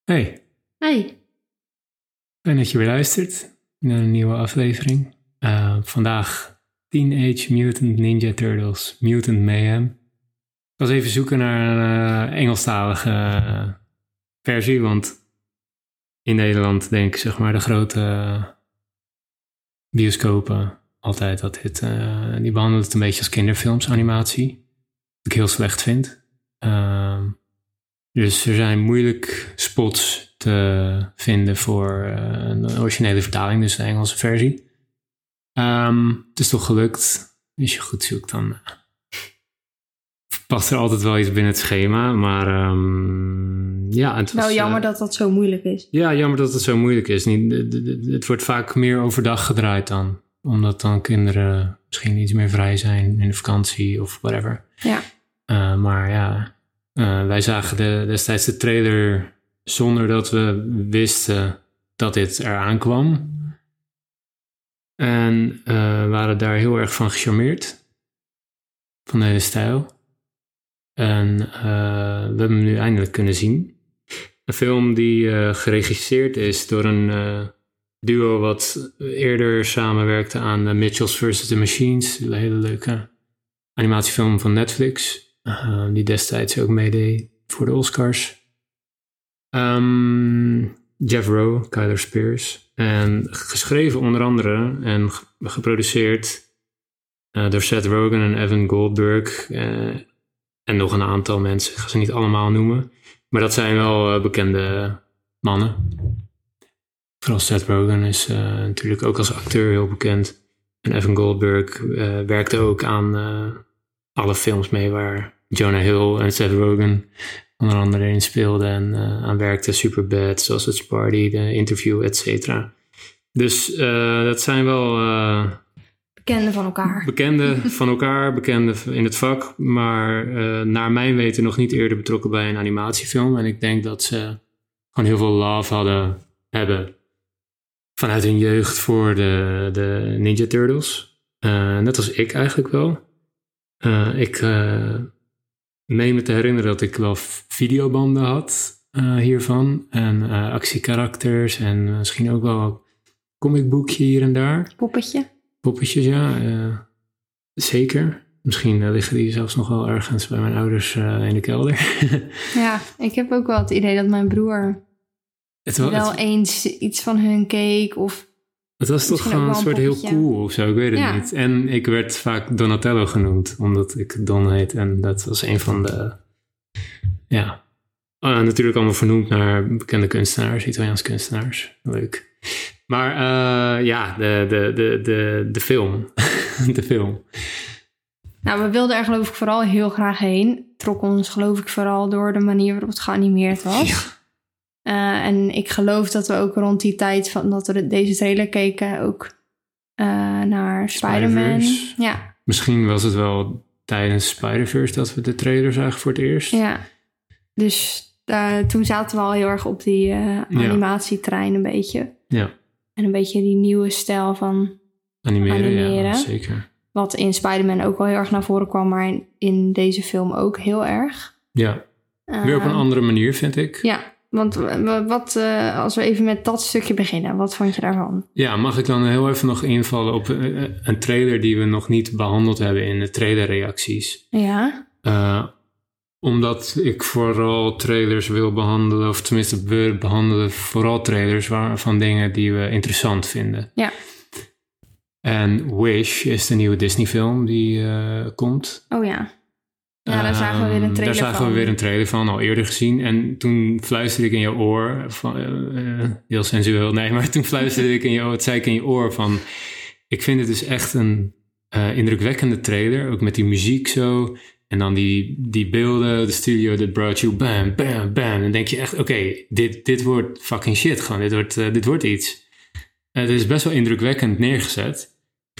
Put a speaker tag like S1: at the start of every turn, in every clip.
S1: Hey,
S2: Hey.
S1: fijn dat je weer luistert naar een nieuwe aflevering. Vandaag Teenage Mutant Ninja Turtles Mutant Mayhem. Ik was even zoeken naar een Engelstalige versie, want in Nederland denk ik zeg maar de grote bioscopen altijd dat die behandelen het een beetje als kinderfilms animatie. Wat ik heel slecht vind. Dus er zijn moeilijk spots te vinden voor een originele vertaling, dus de Engelse versie. Het is toch gelukt. Als je goed zoekt, dan past er altijd wel iets binnen het schema. Maar ja, het was...
S2: Wel jammer dat dat zo moeilijk is.
S1: Ja, jammer dat het zo moeilijk is. Het wordt vaak meer overdag gedraaid dan. Omdat dan kinderen misschien iets meer vrij zijn in de vakantie of whatever.
S2: Ja.
S1: Maar ja... wij zagen destijds de trailer zonder dat we wisten dat dit eraan kwam. En waren daar heel erg van gecharmeerd. Van de hele stijl. En we hebben hem nu eindelijk kunnen zien. Een film die geregisseerd is door een duo wat eerder samenwerkte aan The Mitchells vs. The Machines. Een hele leuke animatiefilm van Netflix. Die destijds ook meedeed voor de Oscars. Jeff Rowe, Kyler Spears. En geschreven onder andere en geproduceerd door Seth Rogen en Evan Goldberg. En nog een aantal mensen. Ik ga ze niet allemaal noemen. Maar dat zijn wel bekende mannen. Vooral Seth Rogen is natuurlijk ook als acteur heel bekend. En Evan Goldberg werkte ook aan alle films mee waar Jonah Hill en Seth Rogen onder andere in speelden en aan werkte. Superbad, Sausage Party, The Interview, et cetera. Dus dat zijn wel...
S2: Bekenden van elkaar.
S1: Bekenden in het vak, maar naar mijn weten nog niet eerder betrokken bij een animatiefilm. En ik denk dat ze gewoon heel veel love hebben vanuit hun jeugd voor de Ninja Turtles. Net als ik eigenlijk wel. Ik meen me te herinneren dat ik wel videobanden had hiervan. En actiekarakters en misschien ook wel een comicboekje hier en daar. Poppetjes, ja. Zeker. Misschien liggen die zelfs nog wel ergens bij mijn ouders in de kelder.
S2: Ja, ik heb ook wel het idee dat mijn broer eens iets van hun keek of...
S1: Het was toch gewoon een soort heel cool of zo, ik weet het niet. En ik werd vaak Donatello genoemd, omdat ik Don heet. En dat was een van de... Ja. Natuurlijk allemaal vernoemd naar bekende kunstenaars, Italiaanse kunstenaars. Leuk. Maar ja, de film. De film.
S2: Nou, we wilden er geloof ik vooral heel graag heen. Trok ons geloof ik vooral door de manier waarop het geanimeerd was. Ja. En ik geloof dat we ook rond die tijd van dat we deze trailer keken ook naar Spider-Man. Ja.
S1: Misschien was het wel tijdens Spider-Verse dat we de trailer zagen voor het eerst.
S2: Ja. Dus toen zaten we al heel erg op die animatietrein een beetje.
S1: Ja.
S2: En een beetje die nieuwe stijl van animeren.
S1: Ja, zeker.
S2: Wat in Spider-Man ook wel heel erg naar voren kwam, maar in deze film ook heel erg.
S1: Ja. Weer op een andere manier, vind ik.
S2: Ja. Want als we even met dat stukje beginnen, wat vond je daarvan?
S1: Ja, mag ik dan heel even nog invallen op een trailer die we nog niet behandeld hebben in de trailerreacties?
S2: Ja.
S1: Omdat ik vooral trailers wil behandelen, of tenminste we behandelen vooral trailers van dingen die we interessant vinden.
S2: Ja.
S1: En Wish is de nieuwe Disney-film die komt.
S2: Oh ja. Ja, daar zagen we weer een trailer van.
S1: Daar zagen we weer een trailer van, al eerder gezien. En toen fluisterde ik in je oor, heel sensueel, nee, maar toen fluisterde ik in je oor, het zei ik in je oor van, ik vind het dus echt een indrukwekkende trailer, ook met die muziek zo, en dan die beelden, de studio that brought you, bam, bam, bam. Dan denk je echt, oké, dit wordt fucking shit gewoon, dit wordt iets. Het is best wel indrukwekkend neergezet.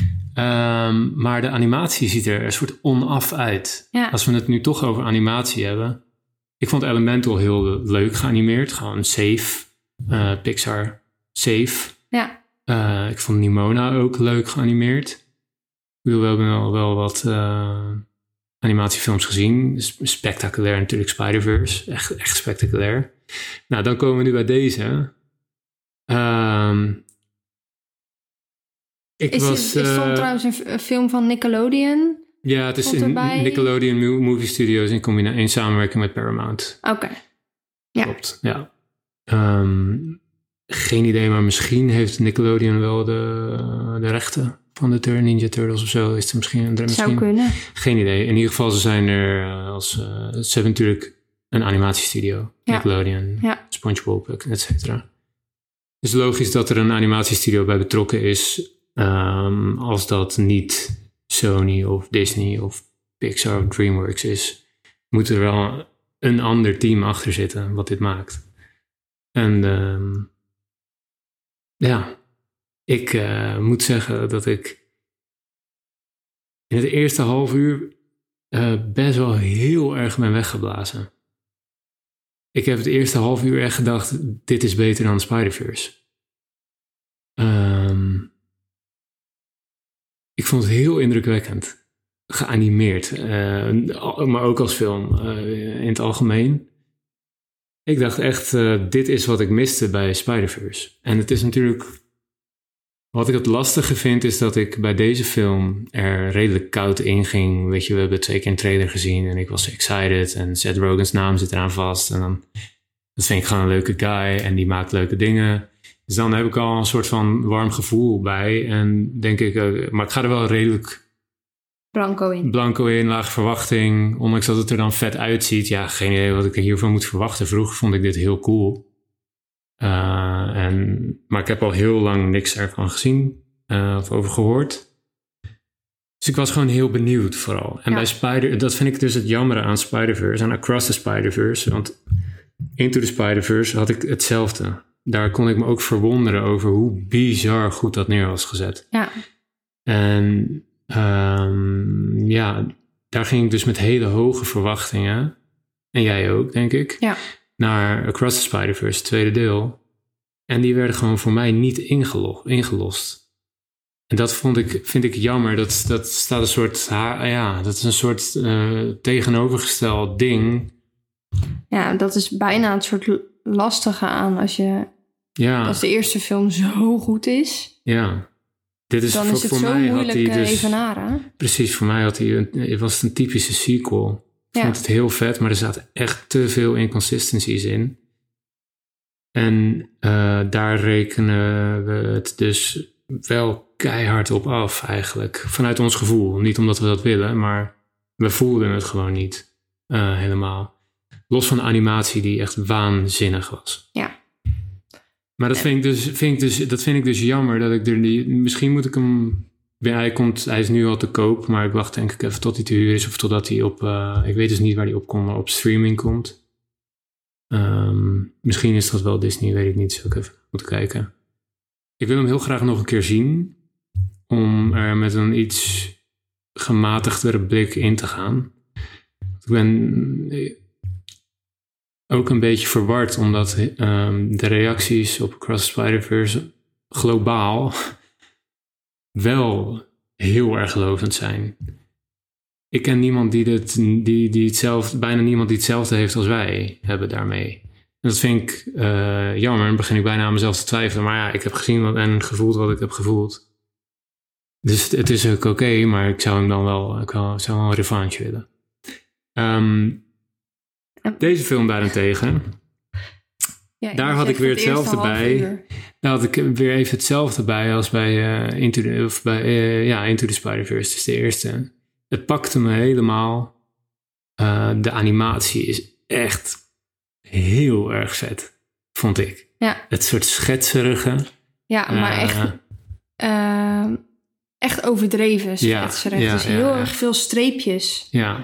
S1: Maar de animatie ziet er een soort onaf uit.
S2: Ja.
S1: Als we het nu toch over animatie hebben. Ik vond Elemental heel leuk geanimeerd. Gewoon safe. Pixar safe.
S2: Ja.
S1: Ik vond Nimona ook leuk geanimeerd. Ik bedoel, we hebben al wel wat animatiefilms gezien. Spectaculair natuurlijk, Spider-Verse. Echt spectaculair. Nou, dan komen we nu bij deze.
S2: Is het trouwens een film van Nickelodeon?
S1: Ja, het is in Nickelodeon Movie Studios in samenwerking met Paramount.
S2: Oké. Ja.
S1: Klopt, ja. Geen idee, maar misschien heeft Nickelodeon wel de rechten van de Ninja Turtles of zo. Is het misschien?
S2: Zou kunnen.
S1: Geen idee. In ieder geval, ze zijn er ze hebben natuurlijk een animatiestudio. Ja. Nickelodeon, SpongeBob, et cetera. Het is logisch dat er een animatiestudio bij betrokken is, als dat niet Sony of Disney of Pixar of DreamWorks is. Moet er wel een ander team achter zitten wat dit maakt. En ik moet zeggen dat ik in het eerste half uur best wel heel erg ben weggeblazen. Ik heb het eerste half uur echt gedacht, dit is beter dan Spider-Verse. Ik vond het heel indrukwekkend. Geanimeerd. Maar ook als film in het algemeen. Ik dacht echt, dit is wat ik miste bij Spider-Verse. En het is natuurlijk... Wat ik het lastige vind, is dat ik bij deze film er redelijk koud in ging. Weet je, we hebben 2 keer een trailer gezien en ik was excited. En Seth Rogen's naam zit eraan vast. En dan, dat vind ik gewoon een leuke guy en die maakt leuke dingen. Dus dan heb ik al een soort van warm gevoel bij. En denk ik, maar ik ga er wel redelijk... Blanco in, lage verwachting. Ondanks dat het er dan vet uitziet. Ja, geen idee wat ik er hiervan moet verwachten. Vroeger vond ik dit heel cool. Maar ik heb al heel lang niks ervan gezien. Of over gehoord. Dus ik was gewoon heel benieuwd vooral. En bij dat vind ik dus het jammere aan Spider-Verse. En Across the Spider-Verse. Want Into the Spider-Verse had ik hetzelfde. Daar kon ik me ook verwonderen over hoe bizar goed dat neer was gezet.
S2: Ja.
S1: En... daar ging ik dus met hele hoge verwachtingen. En jij ook, denk ik.
S2: Ja.
S1: Naar Across the Spider-Verse, tweede deel. En die werden gewoon voor mij niet ingelost. En dat vind ik jammer. Dat staat een soort... dat is een soort tegenovergesteld ding.
S2: Ja, dat is bijna het soort lastige aan als de eerste film zo goed is.
S1: Ja. Dit is
S2: dan is het
S1: voor
S2: zo
S1: mij
S2: moeilijk
S1: had hij dus,
S2: evenaren.
S1: Precies, voor mij was het een typische sequel. Ik vond het heel vet, maar er zaten echt te veel inconsistencies in. En daar rekenen we het dus wel keihard op af eigenlijk. Vanuit ons gevoel. Niet omdat we dat willen, maar we voelden het gewoon niet helemaal. Los van de animatie die echt waanzinnig was.
S2: Ja.
S1: Maar dat vind ik dus jammer dat ik er niet... Misschien moet ik hem... Hij is nu al te koop, maar ik wacht denk ik even tot hij te huur is of totdat hij op... ik weet dus niet waar hij op komt, maar op streaming komt. Misschien is dat wel Disney, weet ik niet. Zal ik even moeten kijken. Ik wil hem heel graag nog een keer zien. Om er met een iets gematigdere blik in te gaan. Ik ben... ook een beetje verward, omdat de reacties op Across the Spider-Verse globaal wel heel erg lovend zijn. Ik ken niemand die hetzelfde, bijna niemand die hetzelfde heeft als wij hebben daarmee. En dat vind ik jammer. Dan begin ik bijna aan mezelf te twijfelen. Maar ja, ik heb gezien en gevoeld wat ik heb gevoeld. Dus het is ook oké, maar ik zou hem dan wel, zou wel een revanche willen. Deze film daarentegen, daar had ik weer hetzelfde bij. Daar had ik weer even hetzelfde bij als bij Into the Spider-Verse. Dus de eerste. Het pakte me helemaal. De animatie is echt heel erg vet, vond ik.
S2: Ja.
S1: Het soort schetserige.
S2: Ja, maar echt overdreven schetserig. Dus heel erg veel streepjes.
S1: Ja.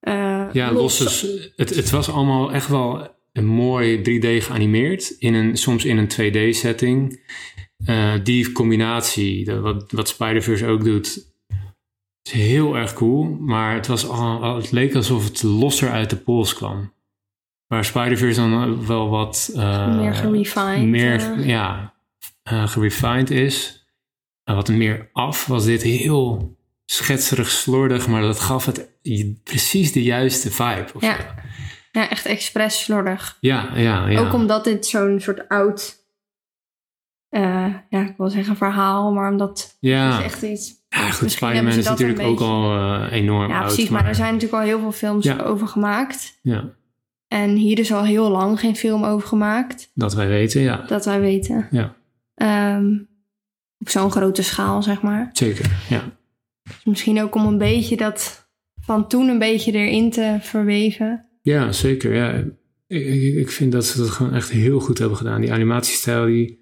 S1: Het was allemaal echt wel een mooi 3D geanimeerd. Soms in een 2D setting. Die combinatie, wat Spider-Verse ook doet, is heel erg cool. Maar het leek alsof het losser uit de pols kwam. Waar Spider-Verse dan wel wat...
S2: meer gerefined.
S1: Gerefined is. Wat meer af was dit heel schetserig, slordig, maar dat gaf het precies de juiste vibe.
S2: Ja, echt expres slordig.
S1: Ja.
S2: Ook omdat dit zo'n soort oud, ik wil zeggen verhaal, maar omdat het is echt iets...
S1: Ja, goed, Spider-Man is natuurlijk ook al enorm oud.
S2: Ja, precies, maar er zijn natuurlijk al heel veel films over gemaakt.
S1: Ja.
S2: En hier is al heel lang geen film over gemaakt.
S1: Dat wij weten, ja.
S2: Dat wij weten.
S1: Ja.
S2: Op zo'n grote schaal, zeg maar.
S1: Zeker, ja.
S2: Dus misschien ook om een beetje dat van toen een beetje erin te verweven.
S1: Ja, zeker. Ja. Ik vind dat ze dat gewoon echt heel goed hebben gedaan. Die animatiestijl die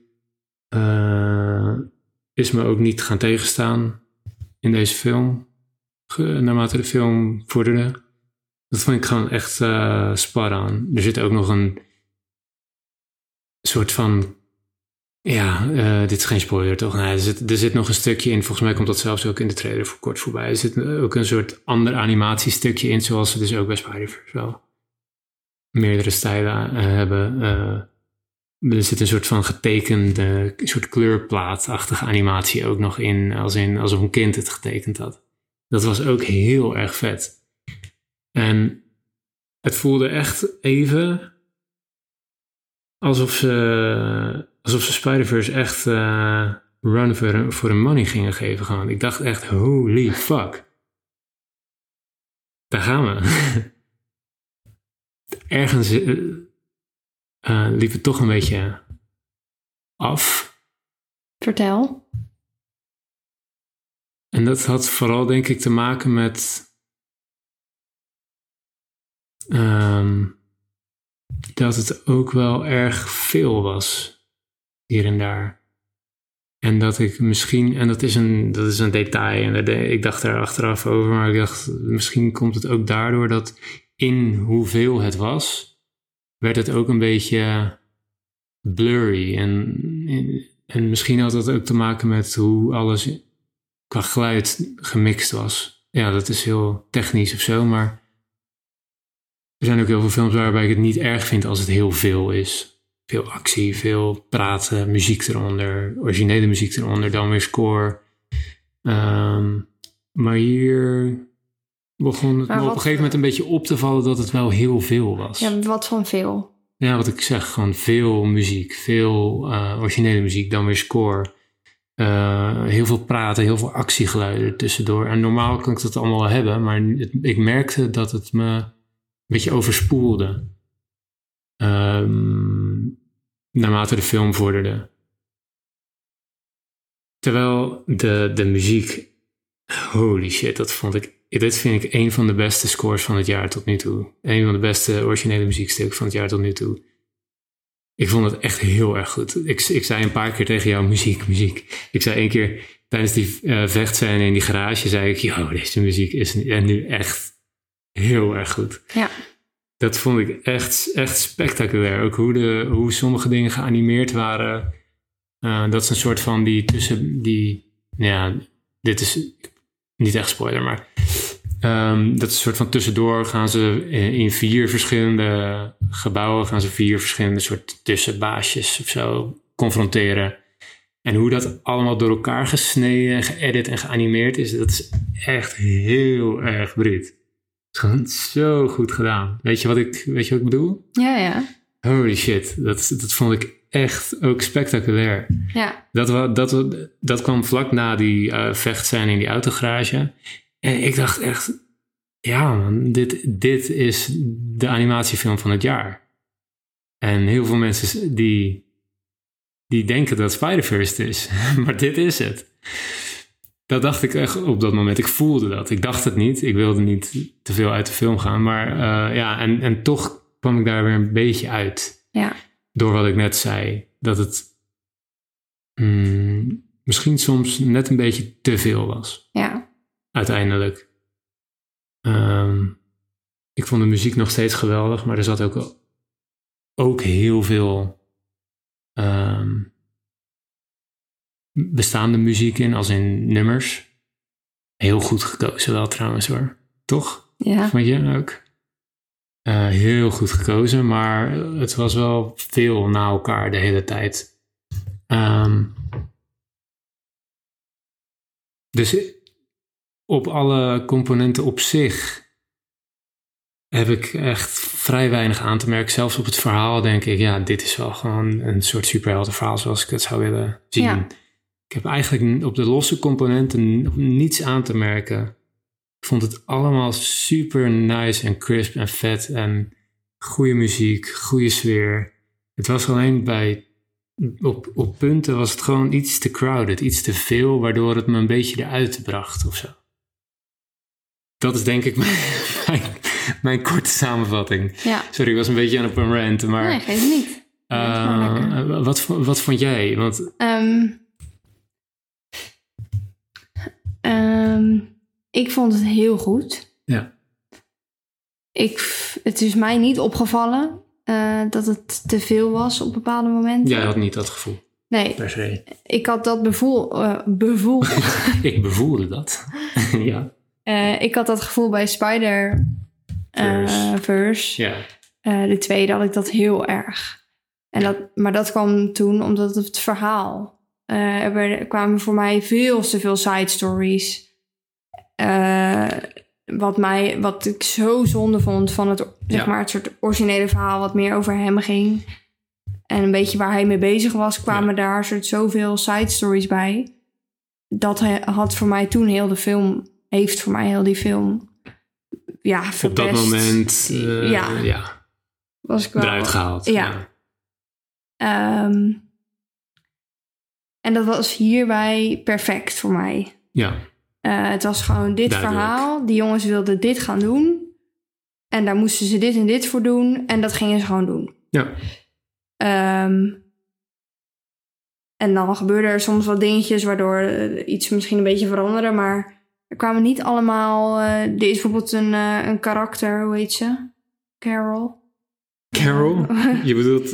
S1: is me ook niet gaan tegenstaan in deze film. Naarmate de film vorderde. Dat vond ik gewoon echt spar aan. Er zit ook nog een soort van... dit is geen spoiler toch? Nee, er zit nog een stukje in. Volgens mij komt dat zelfs ook in de trailer voor kort voorbij. Er zit ook een soort ander animatiestukje in. Zoals ze dus ook bij Spider-Verse wel meerdere stijlen hebben. Er zit een soort van getekende, soort kleurplaatachtige animatie ook nog in. Alsof een kind het getekend had. Dat was ook heel erg vet. En het voelde echt even alsof ze Spider-Verse echt run voor hun money gingen geven. Gewoon. Ik dacht echt, holy fuck. Daar gaan we. Ergens liep het toch een beetje af.
S2: Vertel.
S1: En dat had vooral denk ik te maken met... dat het ook wel erg veel was. Hier en daar. En dat ik misschien... En dat is een detail. En ik dacht daar achteraf over. Maar ik dacht, misschien komt het ook daardoor dat in hoeveel het was... werd het ook een beetje blurry. En misschien had dat ook te maken met hoe alles qua geluid gemixt was. Ja, dat is heel technisch of zo, maar... Er zijn ook heel veel films waarbij ik het niet erg vind als het heel veel is. Veel actie, veel praten, muziek eronder, originele muziek eronder, dan weer score. Maar hier begon het me op een gegeven moment een beetje op te vallen dat het wel heel veel was.
S2: Ja, wat van veel?
S1: Ja, wat ik zeg, gewoon veel muziek, veel originele muziek, dan weer score. Heel veel praten, heel veel actiegeluiden tussendoor. En normaal kan ik dat allemaal wel hebben, maar ik merkte dat het me een beetje overspoelde. Naarmate de film vorderde. Terwijl de muziek, holy shit, dit vind ik een van de beste scores van het jaar tot nu toe. Een van de beste originele muziekstukken van het jaar tot nu toe. Ik vond het echt heel erg goed. Ik zei een paar keer tegen jou, muziek. Ik zei 1 keer tijdens die vechtscène in die garage, zei ik, deze muziek is nu echt heel erg goed.
S2: Ja. Dat
S1: vond ik echt spectaculair. Ook hoe sommige dingen geanimeerd waren. Dat is een soort van dit is niet echt spoiler, maar dat is een soort van tussendoor gaan ze in 4 verschillende gebouwen, gaan ze 4 verschillende soort tussenbaasjes of zo confronteren. En hoe dat allemaal door elkaar gesneden, geëdit en geanimeerd is, dat is echt heel erg bruut. Het is gewoon zo goed gedaan. Weet je wat ik bedoel?
S2: Ja.
S1: Holy shit, dat vond ik echt ook spectaculair.
S2: Ja.
S1: Dat kwam vlak na die vechtscène in die autogarage. En ik dacht echt, ja man, dit is de animatiefilm van het jaar. En heel veel mensen die denken dat Spider-Verse het is. Maar dit is het. Dat dacht ik echt op dat moment. Ik voelde dat. Ik dacht het niet. Ik wilde niet te veel uit de film gaan. Maar en toch kwam ik daar weer een beetje uit.
S2: Ja.
S1: Door wat ik net zei. Dat het misschien soms net een beetje te veel was.
S2: Ja.
S1: Uiteindelijk. Ik vond de muziek nog steeds geweldig. Maar er zat ook heel veel bestaande muziek in. Als in nummers. Heel goed gekozen wel trouwens hoor. Toch?
S2: Ja.
S1: Vond je ook? Heel goed gekozen. Maar het was wel veel na elkaar de hele tijd. Dus op alle componenten op zich heb ik echt vrij weinig aan te merken. Zelfs op het verhaal denk ik, ja, dit is wel gewoon een soort superheldenverhaal zoals ik het zou willen zien.
S2: Ja.
S1: Ik heb eigenlijk op de losse componenten niets aan te merken. Ik vond het allemaal super nice en crisp en vet en goede muziek, goede sfeer. Het was alleen op punten was het gewoon iets te crowded, iets te veel, waardoor het me een beetje eruit bracht of zo. Dat is denk ik mijn korte samenvatting.
S2: Ja.
S1: Sorry, ik was een beetje op een rant, maar...
S2: Nee, geef het niet.
S1: Wat vond jij? Want...
S2: ik vond het heel goed.
S1: Ja.
S2: Het is mij niet opgevallen dat het te veel was op bepaalde momenten.
S1: Jij had niet dat gevoel.
S2: Nee.
S1: Per se.
S2: Ik had dat bevoeld.
S1: Ik bevoelde dat. Ja.
S2: Ik had dat gevoel bij Spider-Verse.
S1: Ja.
S2: De tweede had ik dat heel erg. Maar dat kwam toen omdat het verhaal... er kwamen voor mij veel te veel side stories. Wat ik zo zonde vond van het, zeg maar, het soort originele verhaal... wat meer over hem ging. En een beetje waar hij mee bezig was... kwamen daar soort zoveel side stories bij. Dat had voor mij toen heel de film... heeft voor mij heel die film... ja, verpest.
S1: Op dat moment
S2: was ik wel,
S1: eruit gehaald.
S2: Ja. En dat was hierbij perfect voor mij.
S1: Ja.
S2: Het was gewoon dit verhaal. Die jongens wilden dit gaan doen. En daar moesten ze dit en dit voor doen. En dat gingen ze gewoon doen.
S1: Ja.
S2: En dan gebeurden er soms wat dingetjes... waardoor iets misschien een beetje veranderde. Maar er kwamen niet allemaal... er is bijvoorbeeld een karakter, hoe heet ze? Carol?
S1: Je bedoelt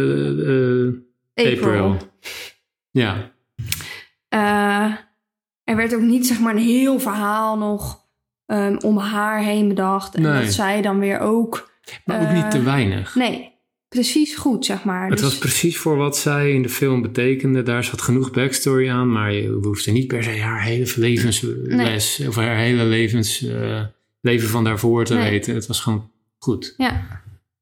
S1: April. Ja.
S2: Er werd ook niet, zeg maar, een heel verhaal nog om haar heen bedacht. En dat zij dan weer ook...
S1: Maar ook niet te weinig.
S2: Nee, precies goed, zeg maar.
S1: Het was precies voor wat zij in de film betekende. Daar zat genoeg backstory aan, maar je hoefde niet per se haar hele levensles... of haar hele leven van daarvoor te weten. Het was gewoon goed.
S2: Ja.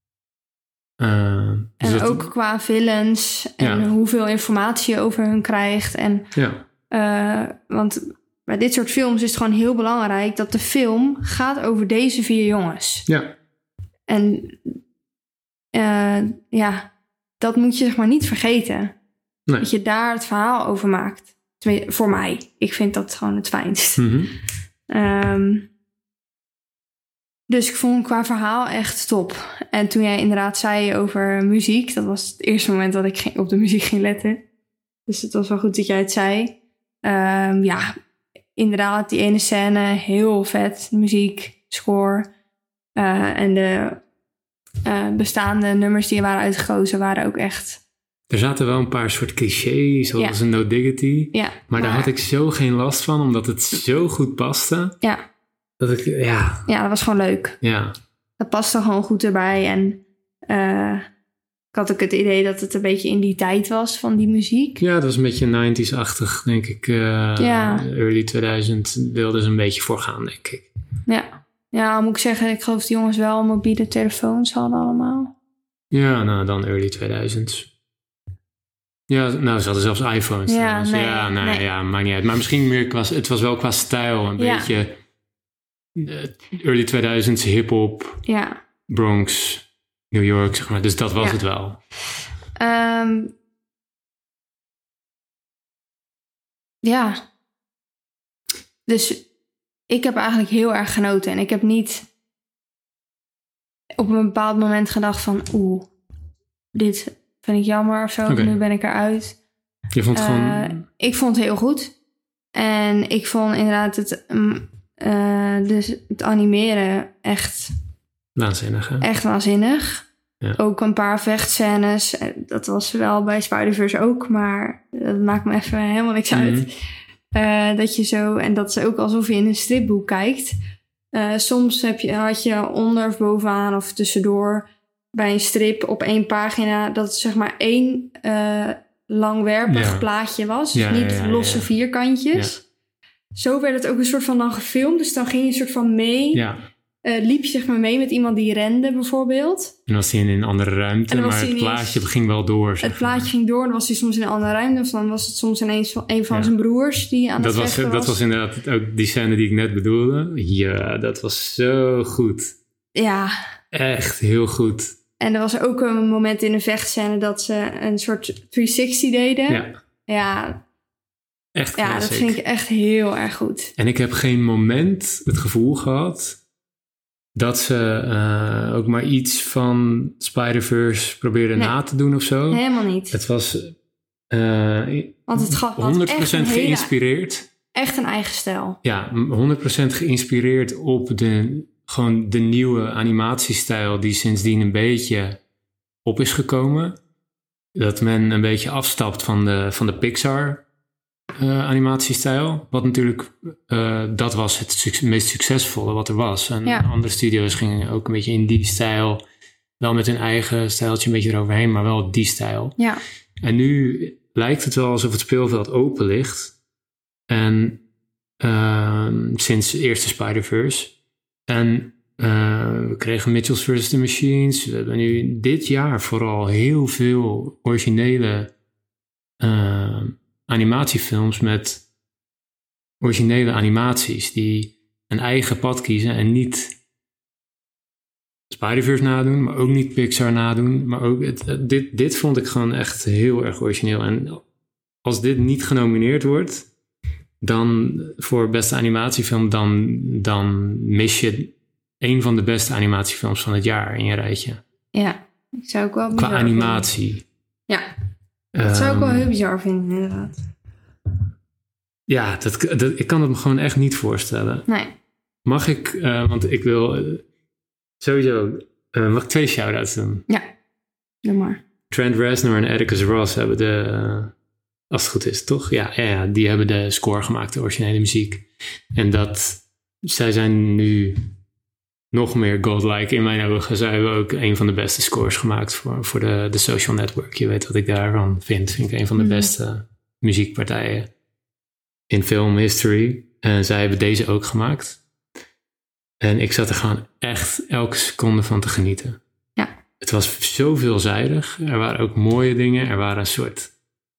S1: Dus
S2: en ook qua villains en hoeveel informatie je over hun krijgt. En, want bij dit soort films is het gewoon heel belangrijk... dat de film gaat over deze 4 jongens.
S1: Ja.
S2: En dat moet je, zeg maar, niet vergeten. Nee. Dat je daar het verhaal over maakt. Tenminste, voor mij. Ik vind dat gewoon het fijnst. Mm-hmm. Dus ik vond qua verhaal echt top. En toen jij inderdaad zei over muziek... dat was het eerste moment dat ik op de muziek ging letten. Dus het was wel goed dat jij het zei. Inderdaad, die ene scène, heel vet. Muziek, score. En de bestaande nummers die er waren uitgekozen waren ook echt...
S1: Er zaten wel een paar soort clichés, zoals een No Diggity.
S2: Ja,
S1: maar daar had ik zo geen last van, omdat het zo goed paste.
S2: Ja.
S1: Dat ik,
S2: Ja, dat was gewoon leuk.
S1: Ja.
S2: Dat paste gewoon goed erbij. En ik had ook het idee dat het een beetje in die tijd was van die muziek.
S1: Ja, dat was een beetje 90s-achtig, denk ik. Early 2000 wilden ze een beetje voorgaan, denk ik.
S2: Ja, moet ik zeggen, ik geloof die jongens wel mobiele telefoons hadden allemaal.
S1: Ja, nou dan early 2000s. Ja, nou, ze hadden zelfs iPhones.
S2: Ja,
S1: maakt niet uit. Maar misschien meer het was wel qua stijl een beetje early 2000s hip-hop, Bronx, New York, zeg maar. Dus dat was het wel.
S2: Dus ik heb eigenlijk heel erg genoten. En ik heb niet op een bepaald moment gedacht van... dit vind ik jammer of zo. Okay. Nu ben ik eruit.
S1: Je vond het gewoon...
S2: Ik vond het heel goed. En ik vond inderdaad het animeren echt...
S1: Waanzinnig, hè?
S2: Echt waanzinnig. Ja. Ook een paar vechtscènes. Dat was wel bij Spider-Verse ook. Maar dat maakt me even helemaal niks uit. Dat je zo... En dat is ook alsof je in een stripboek kijkt. Soms had je onder of bovenaan of tussendoor... bij een strip op 1 pagina... dat het zeg maar 1 langwerpig plaatje was. Dus niet losse vierkantjes. zo werd het ook een soort van dan gefilmd. Dus dan ging je een soort van mee.
S1: Ja.
S2: Liep je zeg maar mee met iemand die rende bijvoorbeeld.
S1: En dan was hij in een andere ruimte, maar het plaatje ging wel door.
S2: Het plaatje ging door, dan was hij soms in een andere ruimte. Of dan was het soms ineens een van zijn broers die aan het vechten was.
S1: Dat was inderdaad ook die scène die ik net bedoelde. Ja, dat was zo goed.
S2: Ja.
S1: Echt heel goed.
S2: En er was ook een moment in een vechtscène dat ze een soort 360 deden.
S1: Ja.
S2: Ja.
S1: Echt classic.
S2: Ja, dat vind ik echt heel erg goed.
S1: En ik heb geen moment het gevoel gehad dat ze ook maar iets van Spider-Verse probeerden na te doen of zo.
S2: Helemaal niet.
S1: Het was
S2: want het gaf
S1: 100% geïnspireerd.
S2: Echt een eigen stijl.
S1: Ja, 100% geïnspireerd op gewoon de nieuwe animatiestijl die sindsdien een beetje op is gekomen. Dat men een beetje afstapt van de Pixar animatiestijl. Wat natuurlijk, dat was het meest succesvolle wat er was. En andere studio's gingen ook een beetje in die stijl. Wel met hun eigen stijltje een beetje eroverheen, maar wel die stijl.
S2: Ja.
S1: En nu lijkt het wel alsof het speelveld open ligt. En sinds de eerste Spider-Verse. En we kregen Mitchells vs. The Machines. We hebben nu dit jaar vooral heel veel originele animatiefilms met originele animaties die een eigen pad kiezen en niet Spider-Verse nadoen, maar ook niet Pixar nadoen. Maar ook dit vond ik gewoon echt heel erg origineel. En als dit niet genomineerd wordt, dan voor beste animatiefilm, dan mis je een van de beste animatiefilms van het jaar in je rijtje.
S2: Ja, ik zou ook wel
S1: qua animatie.
S2: Vinden. Ja, dat zou ik wel heel bizar vinden, inderdaad.
S1: Ja, ik kan het me gewoon echt niet voorstellen.
S2: Nee.
S1: Mag ik, want ik wil sowieso, mag ik 2 shout-outs doen?
S2: Ja, doe maar.
S1: Trent Reznor en Atticus Ross hebben als het goed is, toch? Ja, die hebben de score gemaakt, de originele muziek. En zij zijn nu nog meer godlike in mijn ogen. Zij hebben ook een van de beste scores gemaakt voor de Social Network. Je weet wat ik daarvan vind. Vind ik een van de beste muziekpartijen in film history. En zij hebben deze ook gemaakt. En ik zat er gewoon echt elke seconde van te genieten.
S2: Ja.
S1: Het was zo veelzijdig. Er waren ook mooie dingen. Er waren een soort...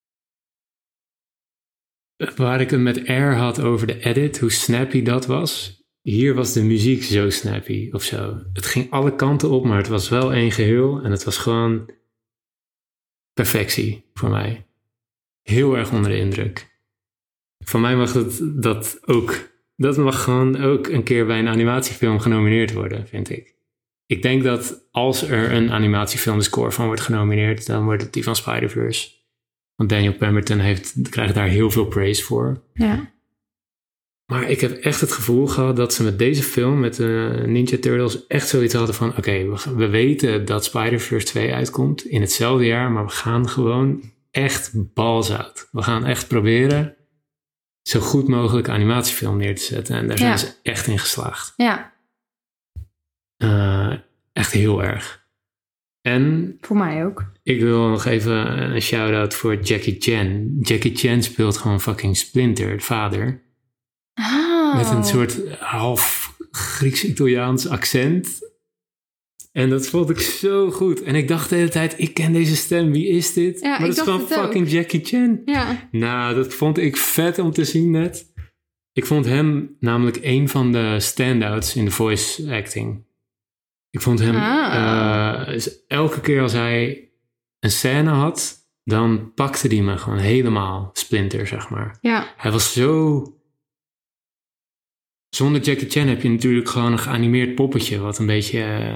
S1: Waar ik het met Air had over de edit, hoe snappy dat was. Hier was de muziek zo snappy of zo. Het ging alle kanten op, maar het was wel één geheel. En het was gewoon perfectie voor mij. Heel erg onder de indruk. Voor mij mag dat ook... Dat mag gewoon ook een keer bij een animatiefilm genomineerd worden, vind ik. Ik denk dat als er een animatiefilm de score van wordt genomineerd, dan wordt het die van Spider-Verse. Want Daniel Pemberton krijgt daar heel veel praise voor.
S2: Ja.
S1: Maar ik heb echt het gevoel gehad dat ze met deze film, met de Ninja Turtles, echt zoiets hadden van... Oké, we weten dat Spider-Verse 2 uitkomt in hetzelfde jaar, maar we gaan gewoon echt balls out. We gaan echt proberen zo goed mogelijk animatiefilm neer te zetten. En daar zijn ze echt in geslaagd.
S2: Ja.
S1: Echt heel erg. En...
S2: Voor mij ook.
S1: Ik wil nog even een shout-out voor Jackie Chan. Jackie Chan speelt gewoon fucking Splinter, de vader.
S2: Oh.
S1: Met een soort half Grieks-Italiaans accent. En dat vond ik zo goed. En ik dacht de hele tijd, ik ken deze stem, wie is dit?
S2: Ja,
S1: maar dat is gewoon fucking ook. Jackie Chan.
S2: Ja.
S1: Nou, dat vond ik vet om te zien net. Ik vond hem namelijk een van de standouts in de voice acting. Ik vond hem... elke keer als hij een scène had, dan pakte hij me gewoon helemaal Splinter, zeg maar.
S2: Ja.
S1: Hij was zo... Zonder Jackie Chan heb je natuurlijk gewoon een geanimeerd poppetje, wat een beetje...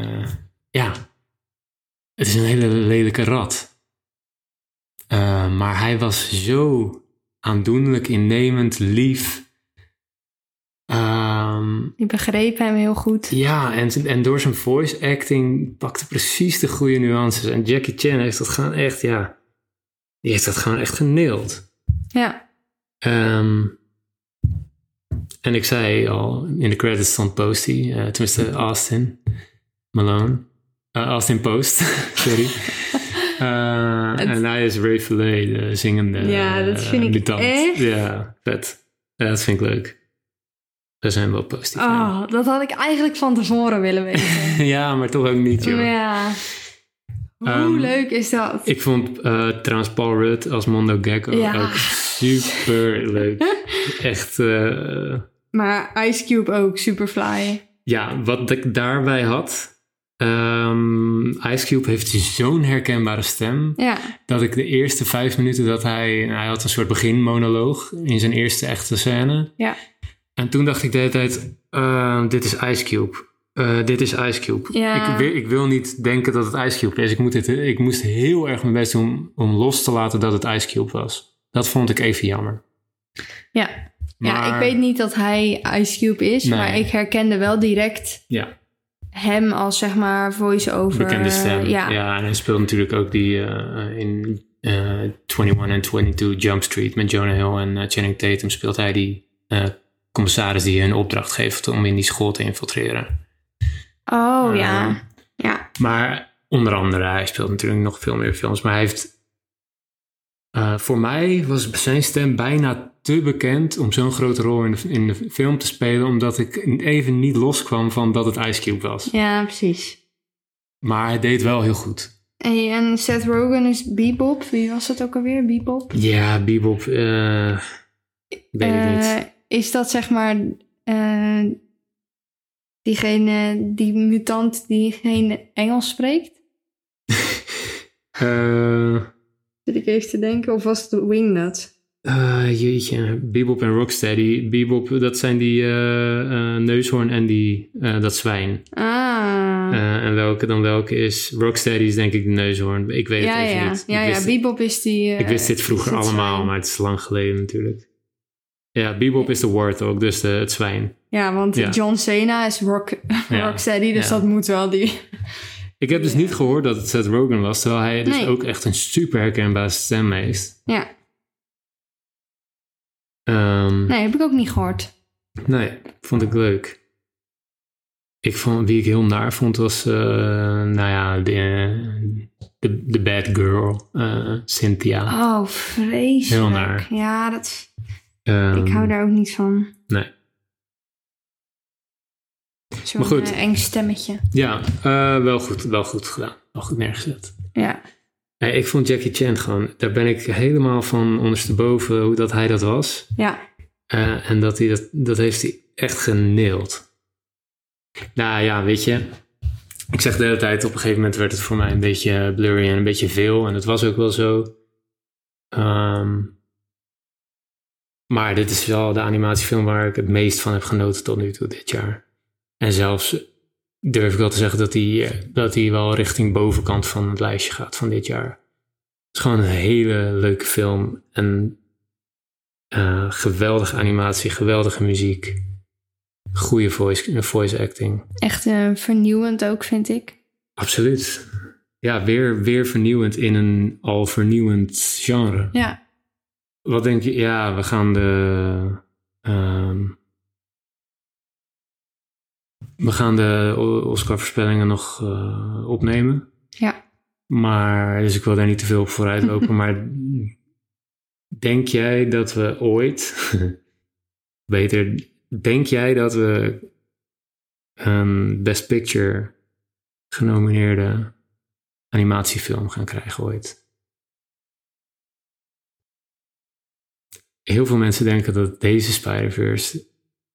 S1: het is een hele lelijke rat. Maar hij was zo aandoenlijk, innemend, lief.
S2: Die begreep hem heel goed.
S1: Ja, en door zijn voice acting pakte precies de goede nuances. En Jackie Chan heeft dat gewoon echt, die heeft dat gewoon echt geneeld.
S2: Ja.
S1: En ik zei al, in de credits stond Posty, tenminste Austin Malone. Austin Post, sorry. En hij is Ray Fillet, de zingende
S2: ja, dat vind ik
S1: mutant.
S2: echt.
S1: Ja, vet. Ja, dat vind ik leuk. We zijn wel positief.
S2: Oh, dat had ik eigenlijk van tevoren willen weten.
S1: Ja, maar toch ook niet, joh.
S2: Ja. Hoe leuk is dat?
S1: Ik vond trouwens Paul Rudd als Mondo Gecko ook super leuk. Echt.
S2: Maar Ice Cube ook, Superfly.
S1: Ja, wat ik daarbij had... Ice Cube heeft zo'n herkenbare stem...
S2: Ja.
S1: dat ik de eerste 5 minuten dat hij had een soort beginmonoloog... in zijn eerste echte scène.
S2: Ja.
S1: En toen dacht ik de hele tijd... dit is Ice Cube. Dit is Ice Cube.
S2: Ja.
S1: Ik wil niet denken dat het Ice Cube is. Ik moest heel erg mijn best doen om los te laten dat het Ice Cube was. Dat vond ik even jammer.
S2: Ja. Maar, ik weet niet dat hij Ice Cube is, nee. Maar ik herkende wel direct hem als zeg maar voice-over.
S1: Bekende stem. Ja, en hij speelt natuurlijk ook die in 21 and 22 Jump Street met Jonah Hill en Channing Tatum speelt hij die commissaris die een opdracht geeft om in die school te infiltreren.
S2: Oh ja.
S1: Maar onder andere, hij speelt natuurlijk nog veel meer films, maar hij heeft... voor mij was zijn stem bijna te bekend om zo'n grote rol in de film te spelen, omdat ik even niet loskwam van dat het Ice Cube was.
S2: Ja, precies.
S1: Maar hij deed wel heel goed.
S2: En Seth Rogen is Bebop. Wie was het ook alweer? Bebop?
S1: Ja, Bebop. Weet ik niet.
S2: Is dat zeg maar die mutant die geen Engels spreekt? Zit ik even te denken, of was het de Wingnut?
S1: Jeetje, Bebop en Rocksteady. Bebop, dat zijn die neushoorn en dat zwijn. En welke is... Rocksteady is denk ik de neushoorn. Ik weet het even niet.
S2: Ja, Bebop is die...
S1: ik wist dit vroeger allemaal, maar het is lang geleden natuurlijk. Ja, Bebop is de warthog, dus het zwijn.
S2: Ja, want John Cena is Rocksteady, dus dat moet wel die...
S1: Ik heb dus niet gehoord dat het Seth Rogen was, terwijl hij dus ook echt een super herkenbare stem heeft.
S2: Ja. Nee, heb ik ook niet gehoord.
S1: Nee, vond ik leuk. Wie ik heel naar vond was, de bad girl, Cynthia.
S2: Oh, vreselijk.
S1: Heel naar.
S2: Ja, ik hou daar ook niet van.
S1: Nee.
S2: Zo'n eng stemmetje.
S1: Ja, wel goed gedaan. Wel goed neergezet.
S2: Ja.
S1: Ik vond Jackie Chan gewoon, daar ben ik helemaal van ondersteboven hoe dat hij dat was.
S2: Ja.
S1: En dat heeft hij echt geneeld. Nou ja, weet je, ik zeg de hele tijd, op een gegeven moment werd het voor mij een beetje blurry en een beetje veel. En dat was ook wel zo. Maar dit is wel de animatiefilm waar ik het meest van heb genoten tot nu toe dit jaar. En zelfs durf ik wel te zeggen dat hij wel richting bovenkant van het lijstje gaat van dit jaar. Het is gewoon een hele leuke film. En geweldige animatie, geweldige muziek. Goede voice acting.
S2: Echt vernieuwend ook, vind ik.
S1: Absoluut. Ja, weer vernieuwend in een al vernieuwend genre.
S2: Ja.
S1: Wat denk je? Ja, we gaan de Oscar-voorspellingen nog opnemen.
S2: Ja.
S1: Maar, dus ik wil daar niet te veel op vooruit lopen. Maar denk jij dat we ooit... denk jij dat we een Best Picture genomineerde animatiefilm gaan krijgen ooit? Heel veel mensen denken dat deze Spider-Verse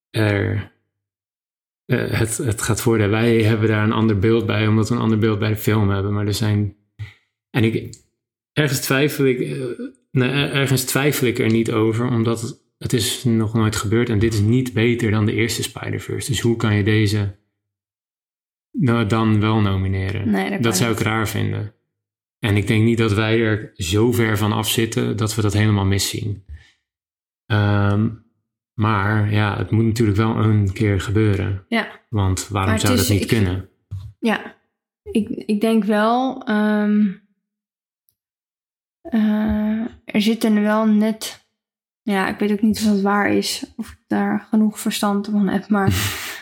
S1: het gaat worden. Wij hebben daar een ander beeld bij, omdat we een ander beeld bij de film hebben. Maar er zijn... En ergens twijfel ik er niet over, omdat het is nog nooit gebeurd. En dit is niet beter dan de eerste Spider-Verse. Dus hoe kan je deze dan wel nomineren?
S2: Nee,
S1: dat zou ik raar vinden. En ik denk niet dat wij er zo ver van af zitten dat we dat helemaal miszien. Maar ja, het moet natuurlijk wel een keer gebeuren.
S2: Ja.
S1: Want waarom zou dat niet kunnen?
S2: Ja, ik denk wel... er zitten wel net... Ja, ik weet ook niet of dat waar is. Of ik daar genoeg verstand van heb. Maar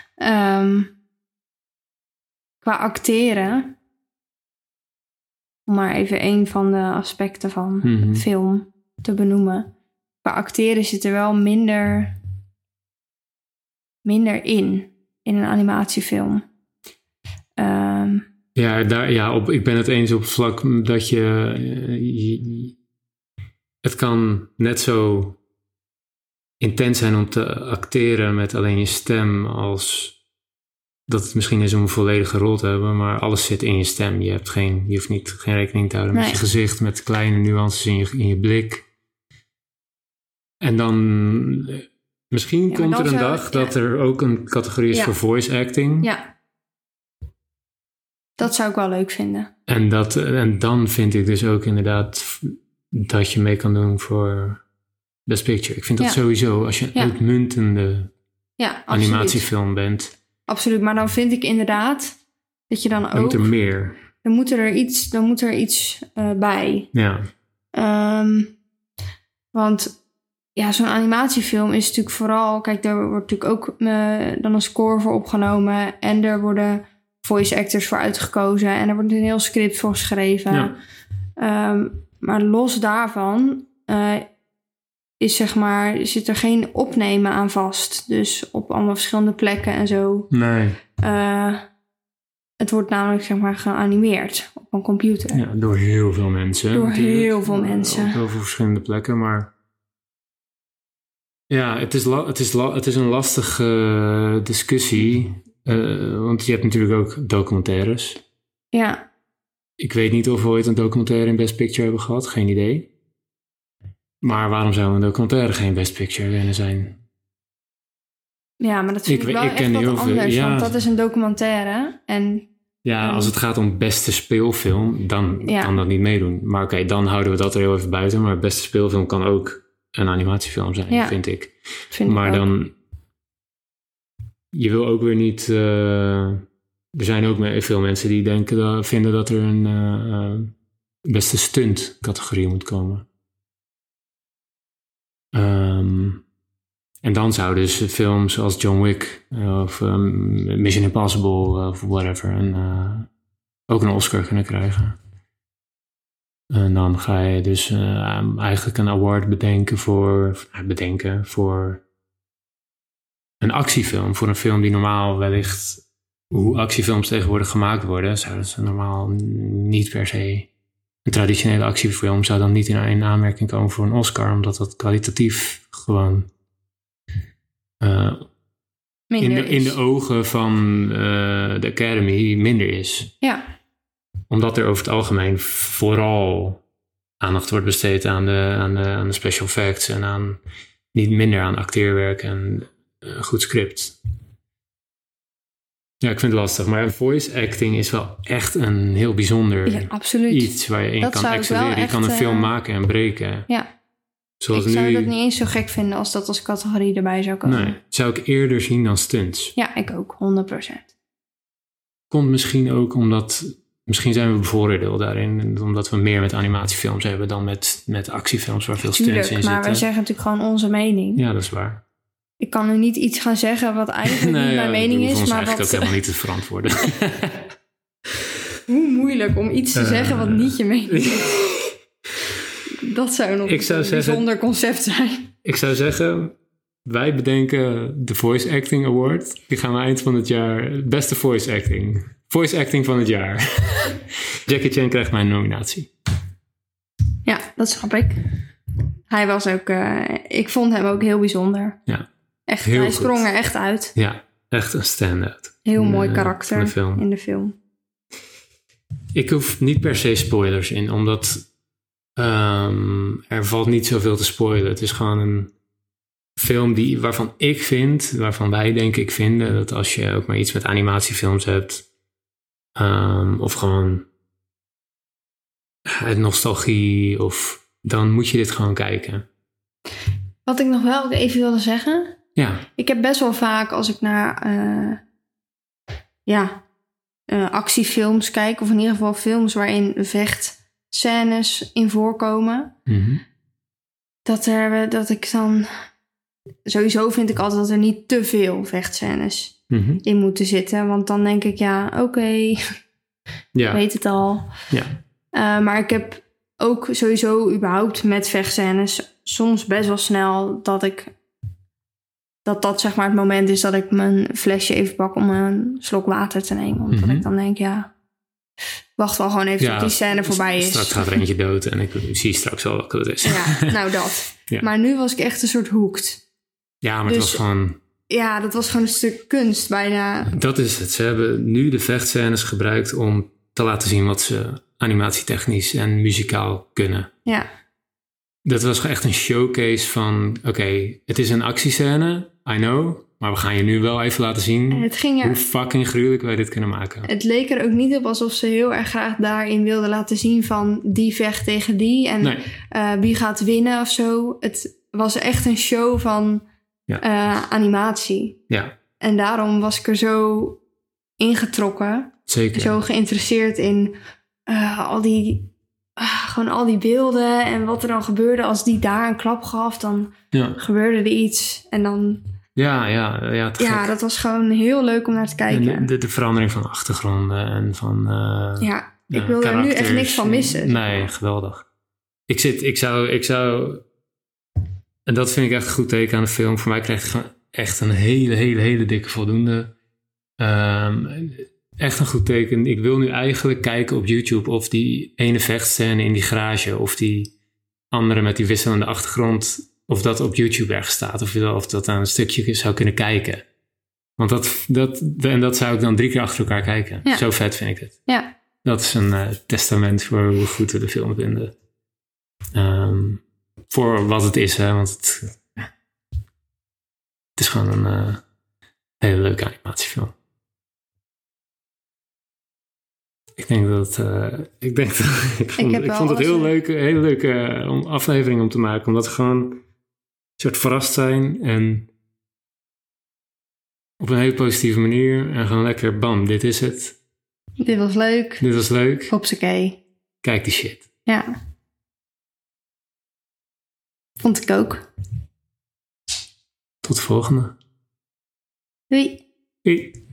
S2: qua acteren... Om maar even een van de aspecten van film te benoemen. Qua acteren zit er wel minder minder in een animatiefilm.
S1: Ik ben het eens op het vlak dat je het kan net zo intens zijn om te acteren met alleen je stem als dat het misschien is om een volledige rol te hebben, maar alles zit in je stem. Je hoeft geen rekening te houden met je gezicht, met kleine nuances in je blik. En dan misschien komt er een dag dat er ook een categorie is voor voice acting.
S2: Ja. Dat zou ik wel leuk vinden.
S1: En dan vind ik dus ook inderdaad dat je mee kan doen voor Best Picture. Ik vind dat sowieso, als je een uitmuntende animatiefilm bent.
S2: Absoluut, maar dan vind ik inderdaad dat je dan ook...
S1: moet er meer.
S2: Dan moet er iets bij.
S1: Ja.
S2: Want zo'n animatiefilm is natuurlijk vooral... Kijk, daar wordt natuurlijk ook dan een score voor opgenomen. En er worden voice actors voor uitgekozen. En er wordt een heel script voor geschreven. Ja. Maar los daarvan zit er geen opnemen aan vast. Dus op allemaal verschillende plekken en zo.
S1: Nee.
S2: Het wordt namelijk geanimeerd op een computer.
S1: Ja, door heel veel mensen.
S2: Op heel veel
S1: verschillende plekken, maar... Ja, het is een lastige discussie. Want je hebt natuurlijk ook documentaires.
S2: Ja.
S1: Ik weet niet of we ooit een documentaire in Best Picture hebben gehad. Geen idee. Maar waarom zou een documentaire geen Best Picture kunnen zijn?
S2: Ja, maar dat vind ik wel echt wat anders. Ja. Want dat is een documentaire.
S1: Als het gaat om beste speelfilm, dan kan dat niet meedoen. Maar oké, dan houden we dat er heel even buiten. Maar beste speelfilm kan ook een animatiefilm zijn, vind ik. Maar dan... Je wil ook weer niet... er zijn ook veel mensen die vinden dat er een beste stunt categorie moet komen. En dan zouden dus films zoals John Wick of Mission Impossible of whatever ook een Oscar kunnen krijgen. En dan ga je dus eigenlijk een award bedenken voor een actiefilm. Voor een film die normaal wellicht, hoe actiefilms tegenwoordig gemaakt worden, zouden ze normaal niet per se... Een traditionele actiefilm zou dan niet in aanmerking komen voor een Oscar, omdat dat kwalitatief gewoon in de ogen van de Academy minder is.
S2: Ja.
S1: Omdat er over het algemeen vooral aandacht wordt besteed aan de special effects en niet minder aan acteerwerk en goed script. Ja, ik vind het lastig. Maar voice acting is wel echt een heel bijzonder iets waar je in kan excelleren. Je kan een film maken en breken.
S2: Ja. Zoals ik zou dat niet eens zo gek vinden als dat als categorie erbij zou komen.
S1: Nee, zou ik eerder zien dan stunts.
S2: Ja, ik ook. 100%.
S1: Komt misschien ook omdat... Misschien zijn we bevooroordeeld daarin. Omdat we meer met animatiefilms hebben dan met actiefilms waar veel stunts in zitten.
S2: Maar wij zeggen natuurlijk gewoon onze mening.
S1: Ja, dat is waar.
S2: Ik kan nu niet iets gaan zeggen wat eigenlijk niet mijn mening is. Maar
S1: eigenlijk ook helemaal niet te verantwoorden.
S2: Hoe moeilijk om iets te zeggen wat niet je mening is. Dat zou nog een bijzonder concept zijn.
S1: Ik zou zeggen, wij bedenken de Voice Acting Award. Die gaan we eind van het jaar... Beste Voice Acting. Voice Acting van het jaar. Jackie Chan krijgt mijn nominatie.
S2: Ja, dat snap ik. Hij was ook... ik vond hem ook heel bijzonder.
S1: Ja.
S2: Echt, hij sprong er echt uit.
S1: Ja, echt een stand-out.
S2: Heel mooi karakter in de film.
S1: Ik hoef niet per se spoilers in, omdat er valt niet zoveel te spoilen. Het is gewoon een film waarvan wij denk ik vinden dat als je ook maar iets met animatiefilms hebt, of gewoon nostalgie, dan moet je dit gewoon kijken.
S2: Wat ik nog wel even wilde zeggen.
S1: Ja.
S2: Ik heb best wel vaak als ik naar actiefilms kijk, of in ieder geval films waarin vechtscènes in voorkomen, dat ik dan... Sowieso vind ik altijd dat er niet te veel vechtscènes in moeten zitten. Want dan denk ik, weet het al.
S1: Ja.
S2: Maar ik heb ook sowieso überhaupt met vechtscènes soms best wel snel dat dat zeg maar het moment is dat ik mijn flesje even pak om een slok water te nemen. Omdat ik dan denk, wacht wel gewoon even tot die scène voorbij is.
S1: Straks gaat er eentje dood en ik zie straks wel welke dat is.
S2: Ja, nou dat.
S1: Ja.
S2: Maar nu was ik echt een soort hooked.
S1: Ja, maar het was gewoon...
S2: Ja, dat was gewoon een stuk kunst bijna.
S1: Dat is het. Ze hebben nu de vechtscènes gebruikt om te laten zien wat ze animatietechnisch en muzikaal kunnen.
S2: Ja.
S1: Dat was echt een showcase van... Oké, het is een actiescène, I know... Maar we gaan je nu wel even laten zien hoe fucking gruwelijk wij dit kunnen maken.
S2: Het leek er ook niet op alsof ze heel erg graag daarin wilden laten zien van die vecht tegen die. En wie gaat winnen of zo. Het was echt een show van animatie. Ja. En daarom was ik er zo ingetrokken.
S1: Zeker.
S2: Zo geïnteresseerd in al die beelden. En wat er dan gebeurde als die daar een klap gaf. Dan gebeurde er iets. En dan... Ja, dat was gewoon heel leuk om naar te kijken.
S1: En de verandering van achtergronden en van
S2: ik wil er nu echt niks van missen.
S1: Nee, geweldig. Ik zou... En dat vind ik echt een goed teken aan de film. Voor mij krijgt het gewoon echt een hele dikke voldoende. Echt een goed teken. Ik wil nu eigenlijk kijken op YouTube of die ene vechtscène in die garage... of die andere met die wisselende achtergrond... of dat op YouTube ergens staat. Of dat aan een stukje zou kunnen kijken. Want dat zou ik dan 3 keer achter elkaar kijken. Ja. Zo vet vind ik het. Ja. Dat is een testament voor hoe goed we de film vinden. Voor wat het is. Hè? Want het is gewoon een hele leuke animatiefilm. Ik vond het heel leuk, een hele leuke aflevering om te maken. Omdat we gewoon een soort verrast zijn. En op een hele positieve manier. En gewoon lekker, bam, dit is het.
S2: Dit was leuk. Hopsakee.
S1: Kijk die shit.
S2: Ja. Vond ik ook.
S1: Tot de volgende.
S2: Doei.
S1: Doei.